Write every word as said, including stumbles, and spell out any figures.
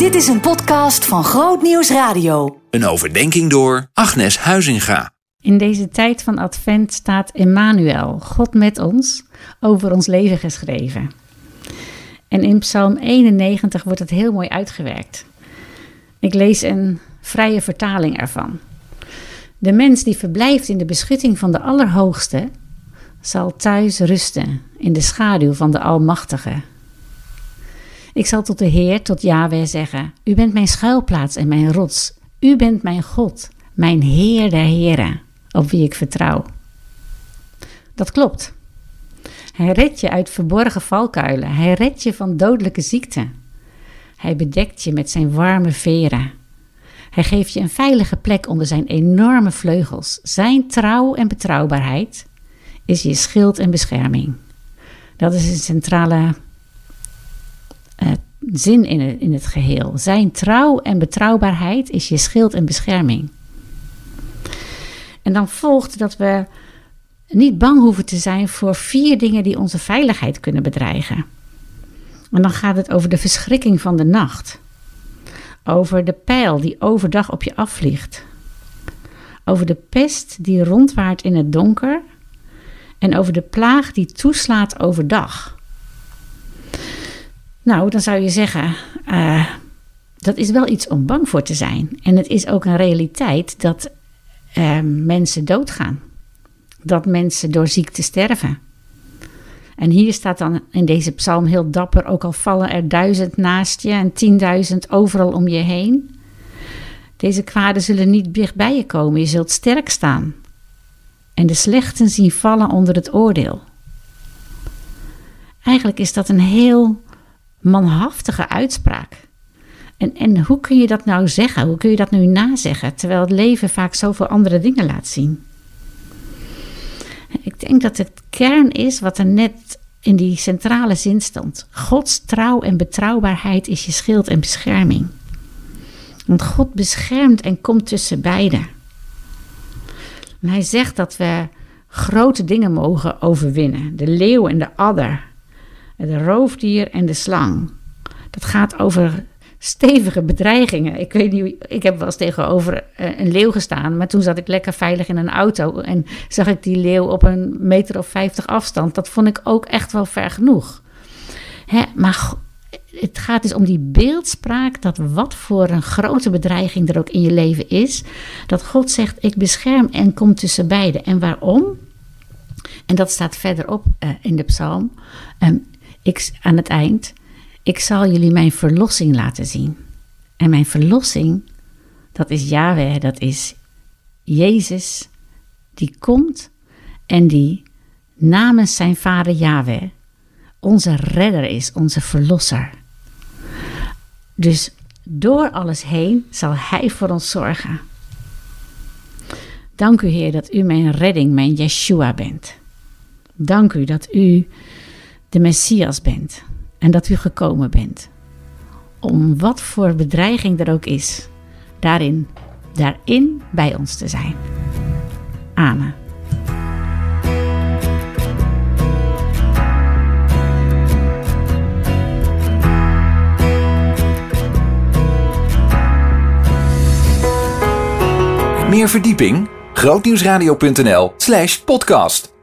Dit is een podcast van Groot Nieuws Radio. Een overdenking door Agnes Huizinga. In deze tijd van Advent staat Emmanuel, God met ons, over ons leven geschreven. En in Psalm eenennegentig wordt het heel mooi uitgewerkt. Ik lees een vrije vertaling ervan. De mens die verblijft in de beschutting van de Allerhoogste, zal thuis rusten in de schaduw van de Almachtige. Ik zal tot de Heer, tot Yahweh zeggen: U bent mijn schuilplaats en mijn rots. U bent mijn God, mijn Heer der Heren, op wie ik vertrouw. Dat klopt. Hij redt je uit verborgen valkuilen. Hij redt je van dodelijke ziekte. Hij bedekt je met zijn warme veren. Hij geeft je een veilige plek onder zijn enorme vleugels. Zijn trouw en betrouwbaarheid is je schild en bescherming. Dat is een centrale uh, zin in het, in het geheel. Zijn trouw en betrouwbaarheid is je schild en bescherming. En dan volgt dat we niet bang hoeven te zijn voor vier dingen die onze veiligheid kunnen bedreigen. En dan gaat het over de verschrikking van de nacht. Over de pijl die overdag op je afvliegt. Over de pest die rondwaart in het donker. En over de plaag die toeslaat overdag. Nou, dan zou je zeggen, uh, dat is wel iets om bang voor te zijn. En het is ook een realiteit dat uh, mensen doodgaan. Dat mensen door ziekte sterven. En hier staat dan in deze psalm heel dapper: ook al vallen er duizend naast je en tienduizend overal om je heen. Deze kwaden zullen niet dicht bij je komen, je zult sterk staan. En de slechten zien vallen onder het oordeel. Eigenlijk is dat een heel manhaftige uitspraak. En, en hoe kun je dat nou zeggen? Hoe kun je dat nu nazeggen, terwijl het leven vaak zoveel andere dingen laat zien? Ik denk dat het kern is wat er net in die centrale zin stond. Gods trouw en betrouwbaarheid is je schild en bescherming. Want God beschermt en komt tussen beiden. En hij zegt dat we grote dingen mogen overwinnen. De leeuw en de adder. De roofdier en de slang. Dat gaat over stevige bedreigingen. Ik weet niet, ik heb wel eens tegenover een leeuw gestaan, maar toen zat ik lekker veilig in een auto en zag ik die leeuw op een meter of vijftig afstand. Dat vond ik ook echt wel ver genoeg. Hè, maar het gaat dus om die beeldspraak, dat wat voor een grote bedreiging er ook in je leven is, dat God zegt: ik bescherm en kom tussen beiden. En waarom? En dat staat verderop uh, in de psalm, um, ik, aan het eind: ik zal jullie mijn verlossing laten zien. En mijn verlossing, dat is Yahweh, dat is Jezus, die komt en die namens zijn vader Yahweh onze redder is, onze verlosser. Dus door alles heen zal hij voor ons zorgen. Dank u, Heer, dat u mijn redding, mijn Yeshua bent. Dank u dat u de Messias bent. En dat u gekomen bent. Om wat voor bedreiging er ook is. Daarin, daarin bij ons te zijn. Amen. Meer verdieping? grootnieuwsradio punt n l slash podcast